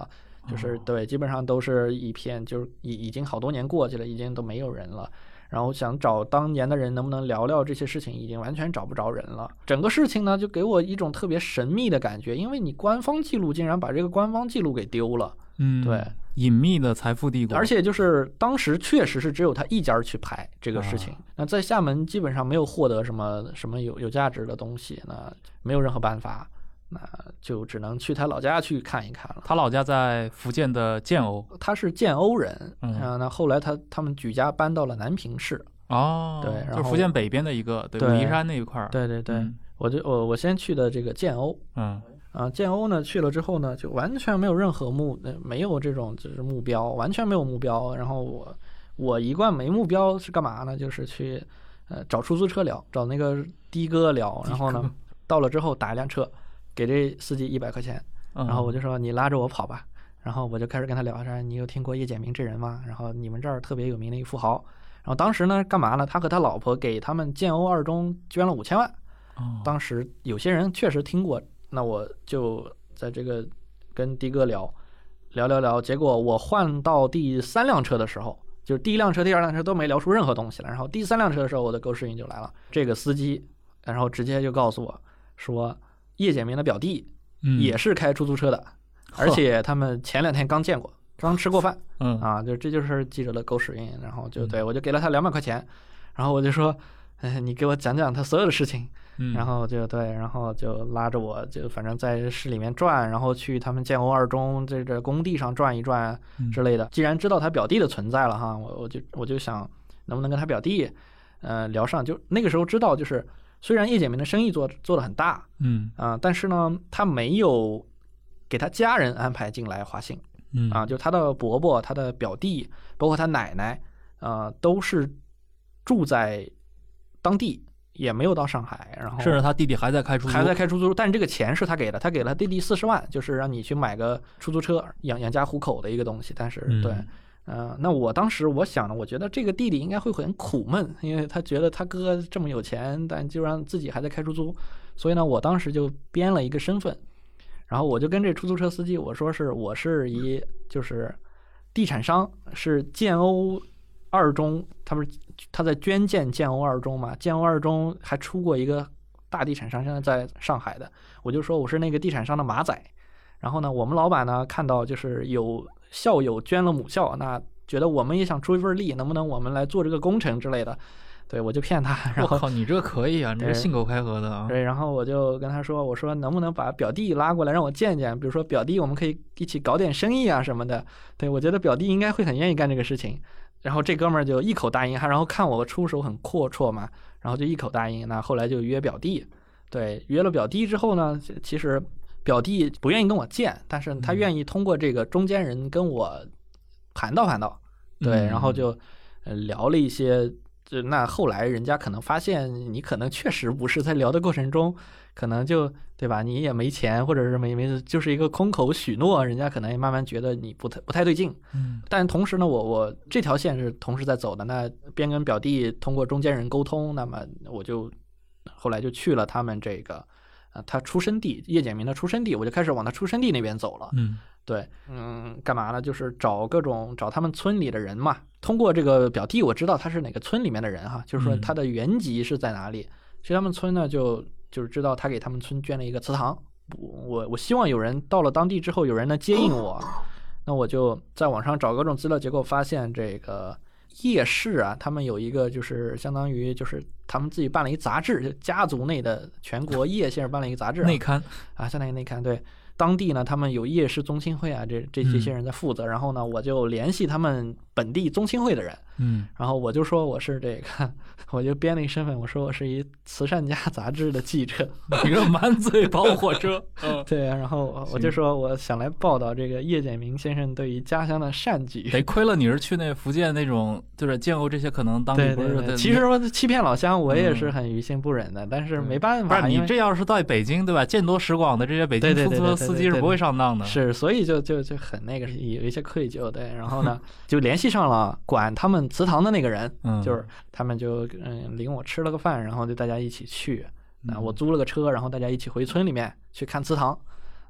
就是对，基本上都是一片，就是已已经好多年过去了，已经都没有人了。然后想找当年的人能不能聊聊这些事情，已经完全找不着人了。整个事情呢，就给我一种特别神秘的感觉，因为你官方记录竟然把这个官方记录给丢了。 嗯， 对， 隐秘的财富帝国。 而且就是当时确实是只有他一家去拍这个事情，啊、那在厦门基本上没有获得什么什么有有价值的东西，那没有任何办法。那就只能去他老家去看一看了。 他老家在福建的建瓯， 他是建瓯人。 嗯， 啊、那后来他他们举家搬到了南平市。 哦， 对，然后就是福建北边的一个，对，武夷山那一块儿。 对对对， 嗯、 我就我我先去的这个建瓯。 嗯， 啊，建瓯呢去了之后呢，就完全没有任何目，没有这种就是目标，完全没有目标。然后我我一贯没目标是干嘛呢？就是去呃找出租车聊，找那个的哥聊。然后呢，到了之后打一辆车。给这司机一百块钱，然后我就说你拉着我跑吧，然后我就开始跟他聊说你有听过叶简明这人吗？然后你们这儿特别有名的一个富豪，然后当时呢干嘛呢？他和他老婆给他们建瓯二中捐了五千万，当时有些人确实听过，那我就在这个跟的哥聊聊聊聊，结果我换到第三辆车的时候，就是第一辆车、第二辆车都没聊出任何东西来，然后第三辆车的时候，我的狗屎运就来了，这个司机然后直接就告诉我说。叶简明的表弟也是开出租车的，嗯、而且他们前两天刚见过，刚吃过饭。 嗯啊，就这就是记者的狗屎运。然后就对我就给了他两百块钱，然后我就说，哎，你给我讲讲他所有的事情。 嗯、 然后就对，然后就拉着我就反正在市里面转，然后去他们建瓯二中这个工地上转一转之类的。嗯、既然知道他表弟的存在了哈，我我就我就想能不能跟他表弟呃聊上，就那个时候知道就是。虽然叶简明的生意做做得很大， 嗯啊、呃，但是呢，他没有给他家人安排进来华信， 嗯啊，就他的伯伯、他的表弟，包括他奶奶，呃，都是住在当地，也没有到上海。然后甚至他弟弟还在开出租， 还在开出租，但是这个钱是他给的，他给了他弟弟四十万，就是让你去买个出租车养养家糊口的一个东西。但是、 嗯、 对。呃，那我当时我想呢，我觉得这个弟弟应该会很苦闷，因为他觉得他哥这么有钱，但就让自己还在开出租，所以呢，我当时就编了一个身份，然后我就跟这出租车司机我说是我是一就是地产商，是建瓯二中，他不是他在捐建建瓯二中嘛，建瓯二中还出过一个大地产商，现在在上海的，我就说我是那个地产商的马仔，然后呢，我们老板呢看到就是有。校友捐了母校，那觉得我们也想出一份力，能不能我们来做这个工程之类的？对，我就骗他。然后我靠，你这可以啊，你这信口开河的啊。 对，然后我就跟他说，我说能不能把表弟拉过来让我见见？比如说表弟，我们可以一起搞点生意啊什么的。对，我觉得表弟应该会很愿意干这个事情。然后这哥们儿就一口答应，然后看我出手很阔绰嘛，然后就一口答应。那后来就约表弟，对，约了表弟之后呢，其实。表弟不愿意跟我见，但是他愿意通过这个中间人跟我盘道盘道，对，然后就呃聊了一些，就那后来人家可能发现你可能确实不是在聊的过程中，可能就对吧，你也没钱或者是没没就是一个空口许诺，人家可能也慢慢觉得你不太不太对劲， 嗯， 但同时呢，我我这条线是同时在走的，那边跟表弟通过中间人沟通，那么我就后来就去了他们这个。啊，他出生地叶简明的出生地，我就开始往他出生地那边走了。 嗯， 对，嗯，干嘛呢？就是找各种找他们村里的人嘛。通过这个表弟，我知道他是哪个村里面的人哈，就是说他的原籍是在哪里。其实他们村呢，就就是知道他给他们村捐了一个祠堂。我我希望有人到了当地之后，有人能接应我。那我就在网上找各种资料，结果发现这个叶氏啊，他们有一个就是相当于就是他们自己办了一杂志，就家族内的全国叶姓办了一个杂志、啊、 内刊啊，相当于内刊。对，当地呢他们有叶氏宗亲会啊，这这这些人在负责、嗯、然后呢我就联系他们本地宗亲会的人， 嗯， 然后我就说我是这个，我就编了一身份，我说我是一慈善家杂志的记者， 一个满嘴跑火车，嗯， 对啊，然后我就说我想来报道这个叶简明先生对于家乡的善举。 得亏了你是去那福建那种，就是建瓯这些可能当地不是， 对对对，其实说欺骗老乡，我也是很于心不忍的，嗯、但是没办法。 不是你这要是在北京对吧？见多识广的这些北京出租车司机是不会上当的。 是，所以就就就很那个有一些愧疚，对。然后呢，就联系上了管他们祠堂的那个人， 嗯、 就是他们就嗯领我吃了个饭，然后就大家一起去。啊，我租了个车，然后大家一起回村里面去看祠堂。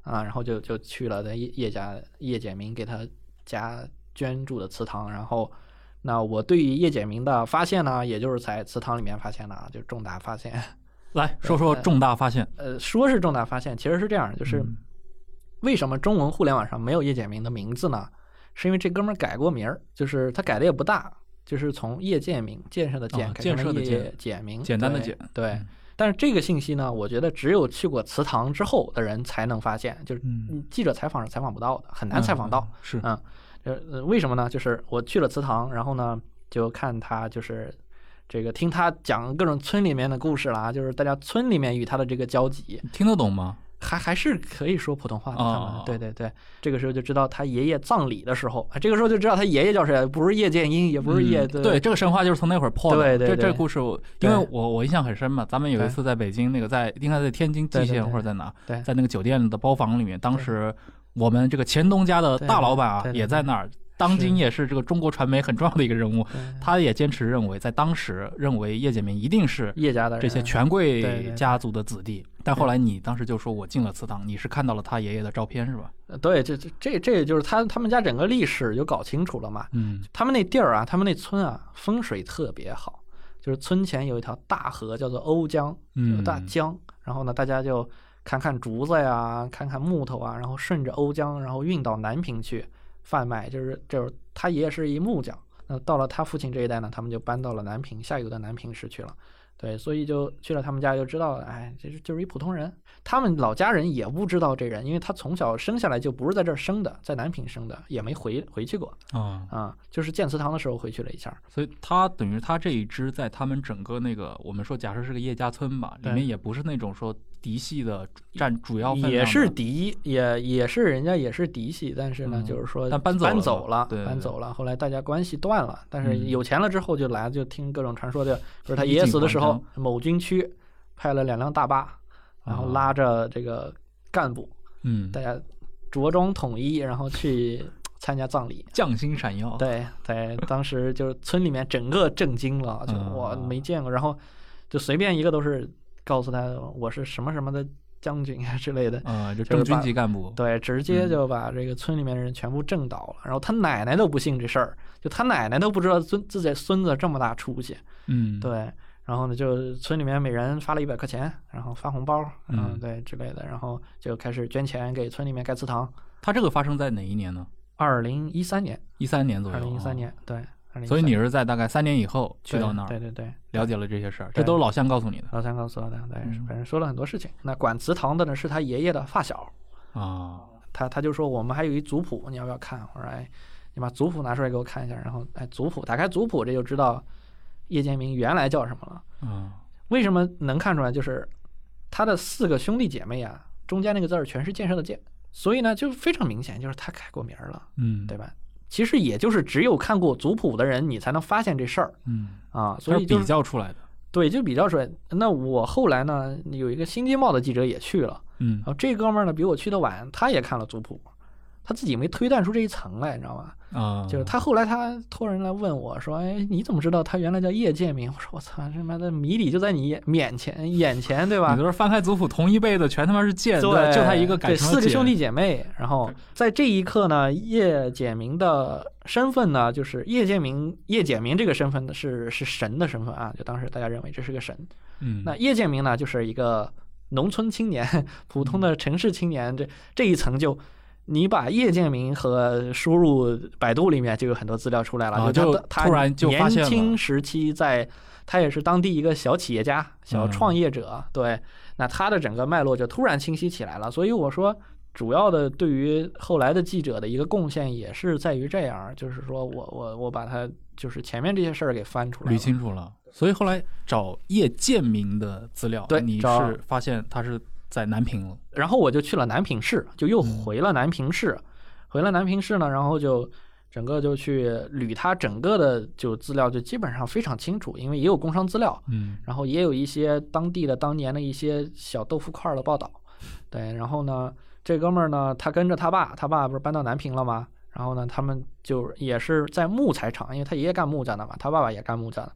啊，然后就就去了叶叶家叶简明给他家捐助的祠堂，然后那我对于叶简明的发现呢，也就是在祠堂里面发现的啊，就重大发现。 来说说重大发现。 呃，说是重大发现，其实是这样，就是为什么中文互联网上没有叶简明的名字呢？是因为这哥们儿改过名儿，就是他改的也不大，就是从叶建明建设的建、 哦、 改成了叶简明， 简单的简。 对。对嗯， 但是这个信息呢，我觉得只有去过祠堂之后的人才能发现，就是记者采访是采访不到的，很难采访到。 嗯、是， 嗯，呃，为什么呢？就是我去了祠堂，然后呢，就看他就是这个听他讲各种村里面的故事啦，就是大家村里面与他的这个交集， 听得懂吗？ 还还是可以说普通话的，他们、 哦、 对对对，这个时候就知道他爷爷葬礼的时候，这个时候就知道他爷爷叫谁，不是叶剑英，也不是叶、 嗯、对，这个神话就是从那会儿破的。 对对对， 这这故事我，因为我我印象很深嘛，咱们有一次在北京那个在应该在天津蓟县或者在哪， 对， 在那个酒店的包房里面，当时我们这个前东家的大老板啊也在那儿。当今也是这个中国传媒很重要的一个人物，他也坚持认为，在当时认为叶简明一定是叶家的这些权贵家族的子弟。但后来你当时就说我进了祠堂，你是看到了他爷爷的照片是吧？ 对，这这这就是他他们家整个历史就搞清楚了嘛。 嗯， 他们那地儿啊，他们那村啊，风水特别好，就是村前有一条大河叫做瓯江，有大江，嗯、然后呢，大家就看看竹子呀，看看木头啊，然后顺着瓯江，然后运到南平去。贩卖就是就是他爷爷是一木匠，那到了他父亲这一代呢，他们就搬到了南平下游的南平市去了。对，所以就去了他们家就知道了，哎，这就是一普通人。他们老家人也不知道这人，因为他从小生下来就不是在这儿生的，在南平生的，也没回回去过啊、嗯、啊，就是建祠堂的时候回去了一下。 所以他等于他这一支在他们整个那个我们说假设是个叶家村吧，里面也不是那种说嫡系的占主要分量的， 也是嫡，也也是人家也是嫡系，但是呢，嗯、就是说但搬走了， 搬走了， 对对对搬走了。后来大家关系断了，但是有钱了之后就来，就听各种传说的，比如他爷爷死的时候，某军区派了两辆大巴，然后拉着这个干部， 嗯， 大家着装统一，然后去参加葬礼， 匠心闪耀。 对对，当时就是村里面整个震惊了，就我没见过，然后就随便一个都是告诉他我是什么什么的将军啊之类的， 啊、呃，就正军级干部。 对，直接就把这个村里面的人全部震倒了。嗯、然后他奶奶都不信这事儿，就他奶奶都不知道孙自己孙子这么大出息。 嗯， 对。然后呢，就村里面每人发了一百块钱，然后发红包，嗯，对之类的，然后就开始捐钱给村里面盖祠堂。 他这个发生在哪一年呢？ 二零一三年， 一三年左右。 二零一三年，对。 所以你是在大概三年以后去到那儿， 对对对， 了解了这些事儿，这都是老乡告诉你的。 老乡告诉我的，对，反正说了很多事情。那管祠堂的呢是他爷爷的发小啊， 他他就说我们还有一族谱，你要不要看？我说哎，你把族谱拿出来给我看一下。然后哎，族谱打开族谱，这就知道叶剑明原来叫什么了。 嗯， 为什么能看出来？就是他的四个兄弟姐妹啊，中间那个字儿全是建设的建，所以呢就非常明显，就是他改过名了， 嗯， 对吧？其实也就是只有看过族谱的人，你才能发现这事儿， 嗯啊，所以、就是、 比较出来的， 对，就比较出来。那我后来呢，有一个新京报的记者也去了， 嗯， 然后这哥们儿呢比我去的晚，他也看了族谱，他自己没推断出这一层来，你知道吗？ 啊， 就是他后来他托人来问我说：“哎，你怎么知道他原来叫叶剑明？”我说：“我操，这妈的谜底就在你面前眼前，对吧？” 你都是翻开族谱，同一辈的全他妈是剑， 对， 就他一个改成了四个兄弟姐妹。然后在这一刻呢，叶简明的身份呢，就是叶剑明，叶简明这个身份呢是是神的身份啊，就当时大家认为这是个神。 嗯， 那叶剑明呢，就是一个农村青年，普通的城市青年，这这一层就。你把叶剑明和输入百度里面就有很多资料出来了， 啊、 就他突然就发现了年轻时期在，他也是当地一个小企业家、小创业者，嗯、对，那他的整个脉络就突然清晰起来了。所以我说，主要的对于后来的记者的一个贡献也是在于这样，就是说我我我把他就是前面这些事儿给翻出来捋清楚了。所以后来找叶剑明的资料， 对， 你是发现他是。在南平了， 然后我就去了南平市，就又回了南平市，嗯、回了南平市呢，然后就整个就去捋他整个的就资料，就基本上非常清楚，因为也有工商资料， 嗯， 然后也有一些当地的当年的一些小豆腐块的报道，对，然后呢，这哥们儿呢，他跟着他爸，他爸不是搬到南平了吗？然后呢，他们就也是在木材厂，因为他爷爷干木匠的嘛，他爸爸也干木匠的。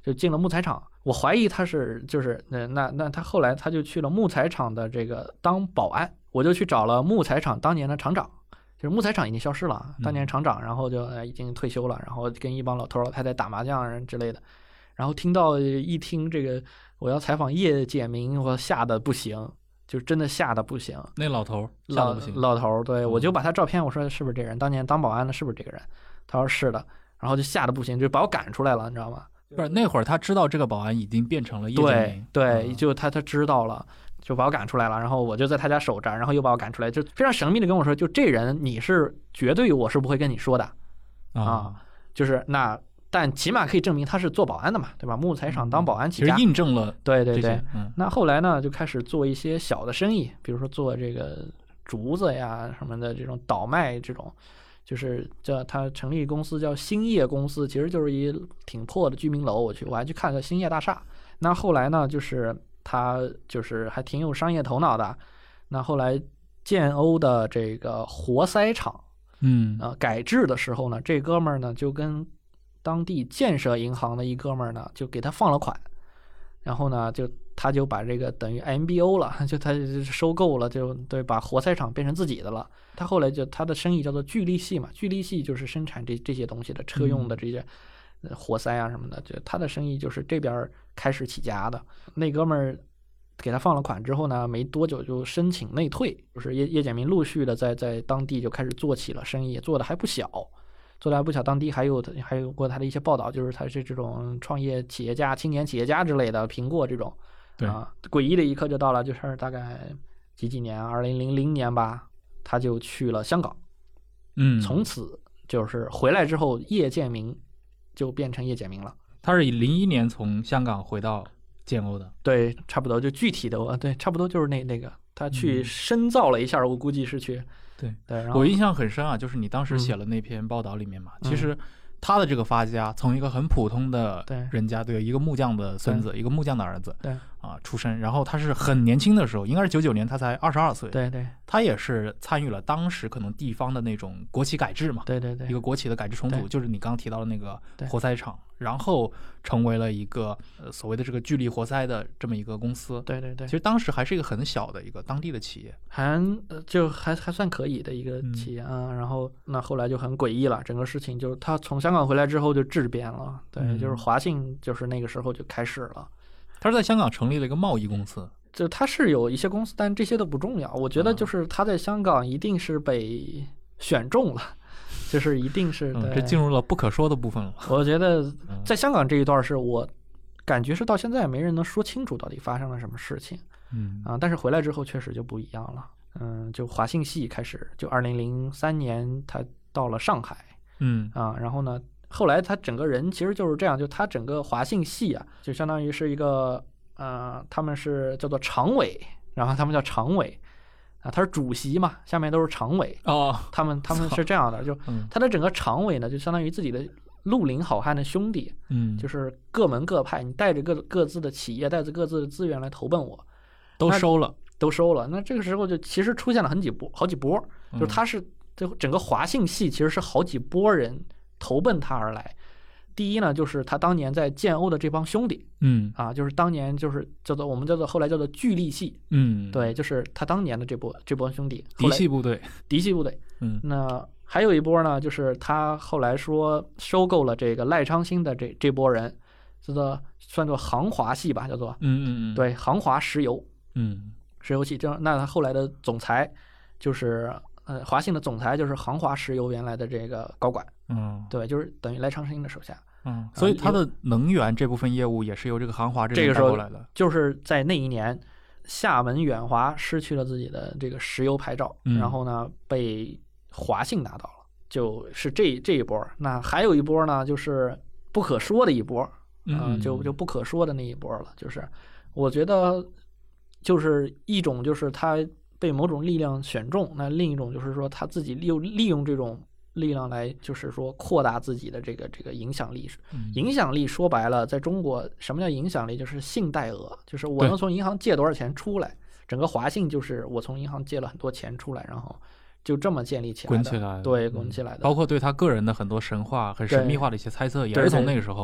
就进了木材厂。我怀疑他是就是那那那他后来他就去了木材厂的这个当保安，我就去找了木材厂当年的厂长，就是木材厂已经消失了，当年厂长，然后就已经退休了，然后跟一帮老头老太太打麻将人之类的，然后听到一听这个我要采访叶简明，我吓得不行。就真的吓得不行， 那老头吓得不行。 老老头，对、嗯、我就把他照片，我说是不是这人？当年当保安的是不是这个人？他说是的，然后就吓得不行，就把我赶出来了，你知道吗？ 不是那会儿他知道这个保安已经变成了叶简明， 对对，嗯、就他他知道了，就把我赶出来了。然后我就在他家守着，然后又把我赶出来，就非常神秘的跟我说，就这人你是绝对我是不会跟你说的啊，啊就是那。但起码可以证明他是做保安的嘛，对吧？木材厂当保安起家， 其实印证了。 对对对、 嗯。 那后来呢，就开始做一些小的生意，比如说做这个竹子呀什么的这种倒卖这种，就是叫他成立公司叫兴业公司，其实就是一挺破的居民楼。我去，我还去看了兴业大厦。那后来呢，就是他就是还挺有商业头脑的。那后来建瓯的这个活塞厂， 嗯， 呃，改制的时候呢，这哥们儿呢就跟当地建设银行的一哥们儿呢，就给他放了款，然后呢，就他就把这个等于 M B O 了，就他就收购了，就对，把活塞厂变成自己的了。他后来就他的生意叫做聚力系嘛，聚力系就是生产这这些东西的，车用的这些活塞啊什么的，就他的生意就是这边开始起家的。那哥们儿给他放了款之后呢，没多久就申请内退，就是叶叶简明陆续的在在当地就开始做起了生意，做的还不小。做的还不小，当地还有还有过他的一些报道，就是他是这种创业企业家、青年企业家之类的，苹果这种， 对啊，诡异的一刻就到了，就是大概几几年，二零零零年吧，他就去了香港， 嗯， 从此就是回来之后，叶简明就变成叶简明了。 他是以零一年从香港回到建瓯的， 对，差不多就具体的，对，差不多就是那那个，他去深造了一下，嗯、我估计是去。 对对， 我印象很深啊，就是你当时写了那篇报道里面嘛，嗯、其实他的这个发家从一个很普通的人家，对，一个木匠的孙子，一个木匠的儿子， 对啊出身，然后他是很年轻的时候，应该是九九年，他才二十二岁， 对对， 他也是参与了当时可能地方的那种国企改制嘛， 对对对， 一个国企的改制重组，就是你刚刚提到的那个活塞厂，然后成为了一个呃所谓的这个聚力活塞的这么一个公司， 对对对， 其实当时还是一个很小的一个当地的企业， 还就还还算可以的一个企业啊、嗯，然后那后来就很诡异了，整个事情就是他从香港回来之后就质变了，对，嗯、就是华信就是那个时候就开始了。 他是在香港成立了一个贸易公司， 就他是有一些公司，但这些都不重要。我觉得就是他在香港一定是被选中了，就是一定是、 嗯、这进入了不可说的部分了。 我觉得在香港这一段是我感觉是到现在没人能说清楚到底发生了什么事情， 嗯啊，但是回来之后确实就不一样了。嗯，就华信系开始，就二零零三年他到了上海， 嗯啊，然后呢。后来他整个人其实就是这样，就他整个华信系啊，就相当于是一个呃，他们是叫做常委，然后他们叫常委啊，他是主席嘛，下面都是常委哦， 他们他们是这样的，就他的整个常委呢，就相当于自己的绿林好汉的兄弟， 嗯， 就是各门各派，你带着各各自的企业，带着各自的资源来投奔我， 都收了， 都收了。那这个时候就其实出现了很几波，好几波，就是他是就整个华信系其实是好几波人。投奔他而来，第一呢，就是他当年在建瓯的这帮兄弟， 嗯啊，就是当年就是叫做我们叫做后来叫做聚力系， 嗯， 对，就是他当年的这波这波兄弟， 嫡系部队， 嫡系部队， 嗯， 那还有一波呢，就是他后来说收购了这个赖昌星的这这波人，叫做算作航华系吧，叫做， 嗯嗯嗯， 对，航华石油， 嗯， 石油系，就那他后来的总裁就是。呃，华信的总裁就是航华石油原来的这个高管， 嗯， 对，就是等于赖昌星的手下， 嗯，所以他的能源这部分业务也是由这个航华这边带过来的。 这个时候就是在那一年，厦门远华失去了自己的这个石油牌照， 嗯、 然后呢被华信拿到了，就是这这一波。那还有一波呢，就是不可说的一波， 嗯、 呃，就就不可说的那一波了。就是我觉得，就是一种就是他。被某种力量选中，那另一种就是说他自己又利用这种力量来，就是说扩大自己的这个这个影响力。 嗯、 影响力说白了，在中国什么叫影响力？就是信贷额，就是我能从银行借多少钱出来。整个华信就是我从银行借了很多钱出来，然后就这么建立起来的， 滚起来， 对，滚起来的。 包括对他个人的很多神话、很神秘化的一些猜测，也是从那个时候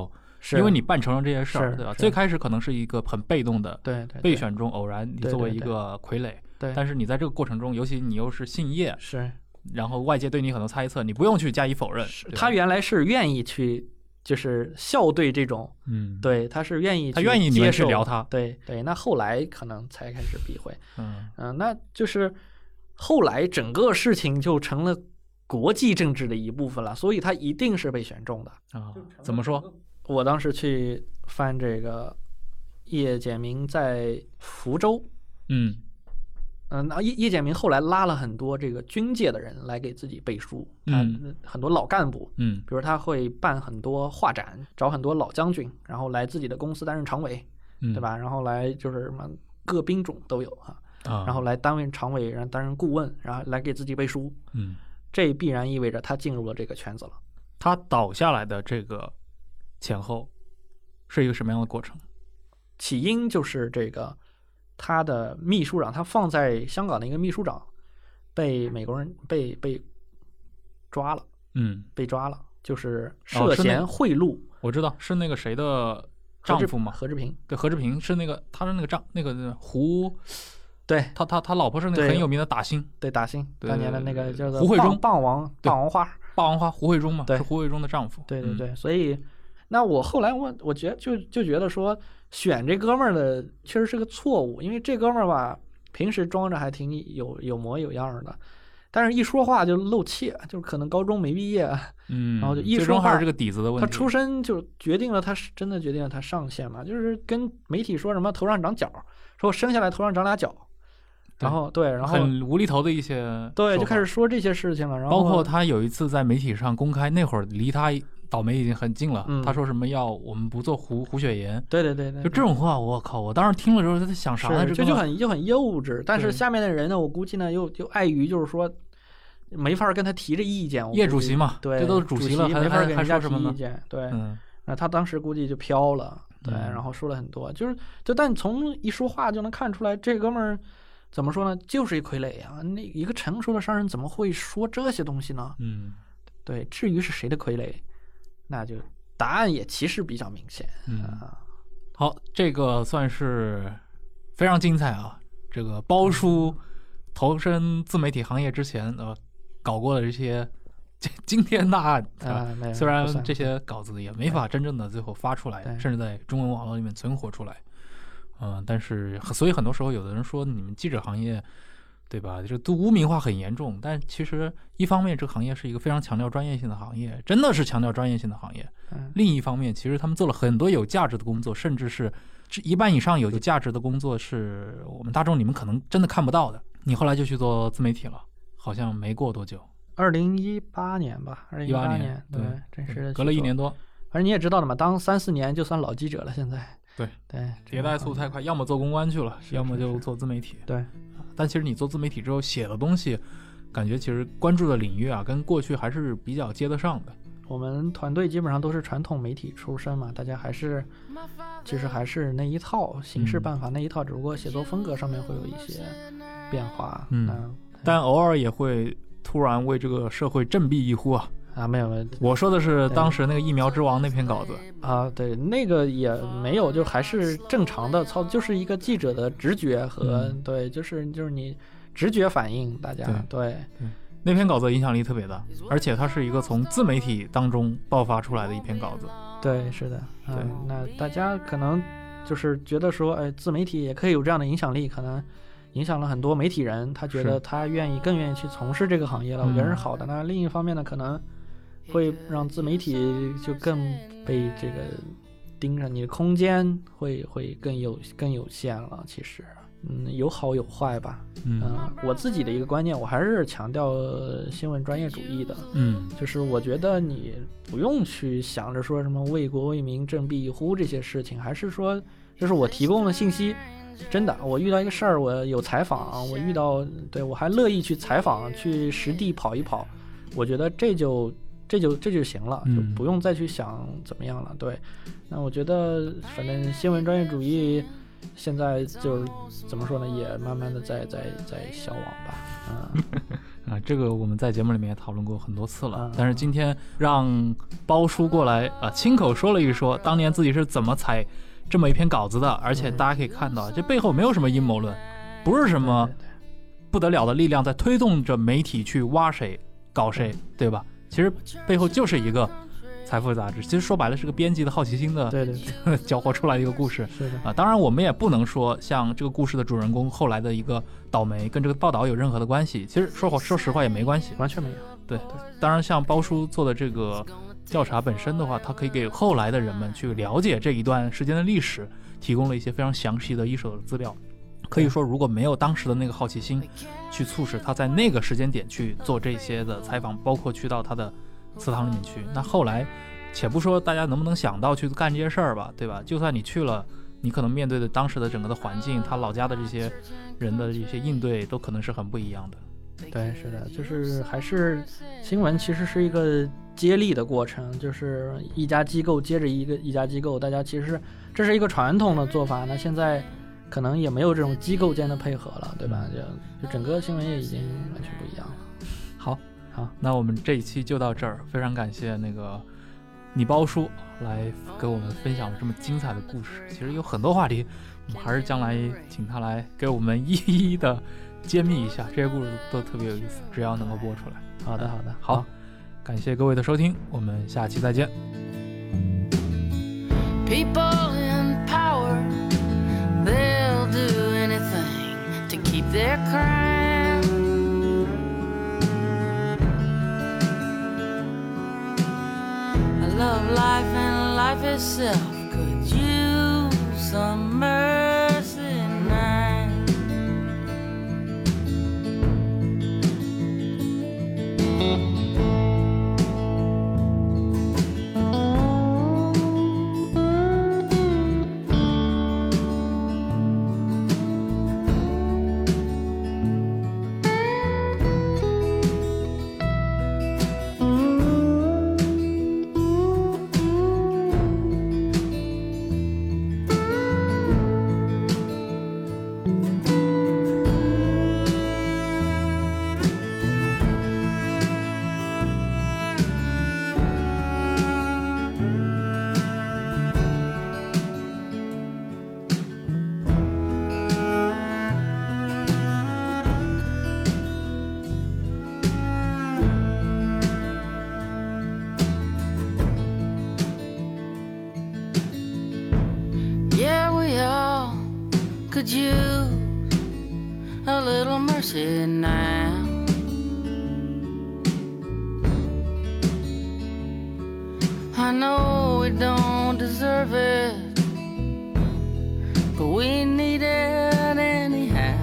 是因为你办成了这些事儿， 是对吧？ 是最开始可能是一个很被动的， 对对对被选中偶然，你对作为一对对个傀儡， 对， 但是你在这个过程中，尤其你又是姓叶， 是然后外界对你很多猜测，你不用去加以否认。对吧他原来是愿意去，就是笑对这种， 嗯， 对，他是愿意他愿意你们去接受聊他， 对对。那后来可能才开始避讳， 嗯嗯、呃，那就是后来整个事情就成了国际政治的一部分了，所以他一定是被选中的。 啊，怎么说？ 我当时去翻这个叶简明在福州， 嗯嗯，那叶叶简明后来拉了很多这个军界的人来给自己背书，他嗯很多老干部， 嗯比如他会办很多画展，找很多老将军，然后来自己的公司担任常委， 嗯， 对吧？然后来就是什么各兵种都有啊， 啊， 然后来担任常委，然后担任顾问，然后来给自己背书， 嗯， 这必然意味着他进入了这个圈子了。 他倒下来的这个前后是一个什么样的过程？ 起因就是这个他的秘书长，他放在香港的一个秘书长被美国人被被抓了， 嗯， 被抓了，就是哦是那涉嫌贿赂。 我知道是那个谁的丈夫嘛， 何志平， 对，何志平是那个他的那个丈那个胡， 对他他他老婆是那个对很有名的打星对打星， 对当年的那个叫做胡慧中霸霸王对霸王花， 霸王花胡慧中嘛， 对是胡慧中的丈夫。嗯对对对，所以那我后来我我觉得就就觉得说选这哥们儿的确实是个错误，因为这哥们儿吧平时装着还挺有有模有样的，但是一说话就露怯，就是可能高中没毕业， 嗯， 然后就一最说话终还是这个底子的问题。 他出身就决定了他是真的决定了他上限嘛，就是跟媒体说什么头上长角，说我生下来头上长俩角，然后对，然后很无厘头的一些对就开始说说这些事情了，然法， 后包括他有一次在媒体上公开，那会儿离他倒霉已经很近了。 嗯他说什么要我们不做胡胡雪岩， 对对对对， 就这种话，我靠！我当时听了之后，他在想啥呢？ 是就就这个很就很幼稚，但是对下面的人呢，我估计呢又又碍于就是说没法跟他提这意见，我估计叶主席嘛， 对， 这都是主席了，还没法还还给人家说什么呢？ 提意见，对， 嗯那他当时估计就飘了，对， 嗯然后说了很多，就是就但从一说话就能看出来，这哥们儿怎么说呢，就是一傀儡啊！那一个成熟的商人怎么会说这些东西呢？ 嗯对，至于是谁的傀儡，那就答案也其实比较明显嗯。 啊。 好，这个算是非常精彩啊！这个包叔投身自媒体行业之前，呃，搞过的这些惊天大案，对吧？ 啊，没有虽然不算这些稿子也没法真正的最后发出来， 对甚至在中文网络里面存活出来，嗯、但是所以很多时候有的人说你们记者行业，对吧？这都污名化很严重，但其实一方面这个行业是一个非常强调专业性的行业，真的是强调专业性的行业。 嗯另一方面，其实他们做了很多有价值的工作，甚至是一半以上有价值的工作，是我们大众你们可能真的看不到的。你后来就去做自媒体了，好像没过多久， 二零一八年吧，二零一八八年，对，真是隔了一年多。 多。 反正你也知道的嘛，当三四年就算老记者了，现在。 对对， 迭代速度太快，要么做公关去了， 是要么就做自媒体。 对， 但其实你做自媒体之后写的东西，感觉其实关注的领域啊，跟过去还是比较接得上的。 我们团队基本上都是传统媒体出身嘛，大家还是其实还是那一套形式办法那一套，只不过写作风格上面会有一些变化。 嗯那但偶尔也会突然为这个社会振臂一呼啊！ 啊，没有没有我说的是当时那个疫苗之王那篇稿子。 啊，对，那个也没有，就还是正常的操，就是一个记者的直觉和、 嗯对，就是就是你直觉反应，大家对那篇稿子影响力特别大，而且它是一个从自媒体当中爆发出来的一篇稿子。 对，是的， 对嗯，那大家可能就是觉得说，哎，自媒体也可以有这样的影响力，可能影响了很多媒体人，他觉是得他愿意更愿意去从事这个行业了， 嗯我觉得是好的。那另一方面呢，可能会让自媒体就更被这个盯着，你的空间会会更有更有限了。其实，嗯，有好有坏吧。 嗯嗯，我自己的一个观念，我还是强调新闻专业主义的。 嗯就是我觉得你不用去想着说什么为国为民振臂一呼这些事情，还是说就是我提供的信息，真的我遇到一个事儿，我有采访，我遇到对我还乐意去采访，去实地跑一跑，我觉得这就这就这就行了，就嗯不用再去想怎么样了。对，那我觉得反正新闻专业主义现在就是怎么说呢，也慢慢的在在在消亡吧。嗯， 啊，这个我们在节目里面也讨论过很多次了， 嗯、 但是今天让包叔过来啊，亲口说了一说当年自己是怎么采这么一篇稿子的，而且大家可以看到，这背后没有什么阴谋论，不是什么不得了的力量在推动着媒体去挖谁搞谁，对吧？其实背后就是一个财富杂志，其实说白了是个编辑的好奇心的， 对对对， 搅和出来的一个故事。 是的啊，当然我们也不能说像这个故事的主人公后来的一个倒霉跟这个报道有任何的关系，其实说说实话也没关系， 完全没有。 对，当然像包叔做的这个调查本身的话，他可以给后来的人们去了解这一段时间的历史提供了一些非常详细的一手的资料。可以说如果没有当时的那个好奇心去促使他在那个时间点去做这些的采访，包括去到他的祠堂里面去，那后来且不说大家能不能想到去干这些事儿吧，对吧？就算你去了，你可能面对的当时的整个的环境，他老家的这些人的一些应对都可能是很不一样的。 对，是的，就是还是新闻其实是一个接力的过程，就是一家机构接着一个一家机构，大家其实这是一个传统的做法，那现在可能也没有这种机构间的配合了，对吧？就就整个新闻业已经完全不一样了。 好，好，那我们这一期就到这儿，非常感谢那个你包叔来给我们分享了这么精彩的故事。其实有很多话题，我们还是将来请他来给我们一一的揭秘一下，这些故事都特别有意思，只要能够播出来。 好的，好的， 好，好，感谢各位的收听，我们下期再见。 People in power, they'll do anything to keep their crown. I love life and life itself could use some mercy now. Could use a little mercy now. I know we don't deserve it, but we need it anyhow.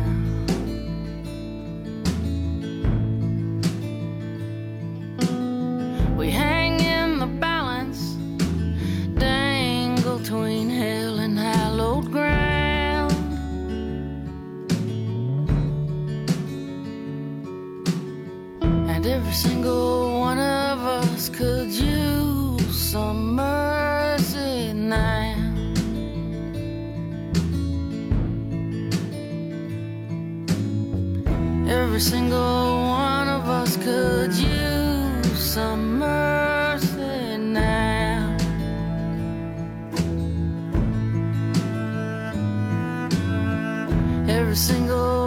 We hang in the balance, dangle between hell and hallowed ground. Every single one of us could use some mercy now. Every single one of us could use some mercy now. Every single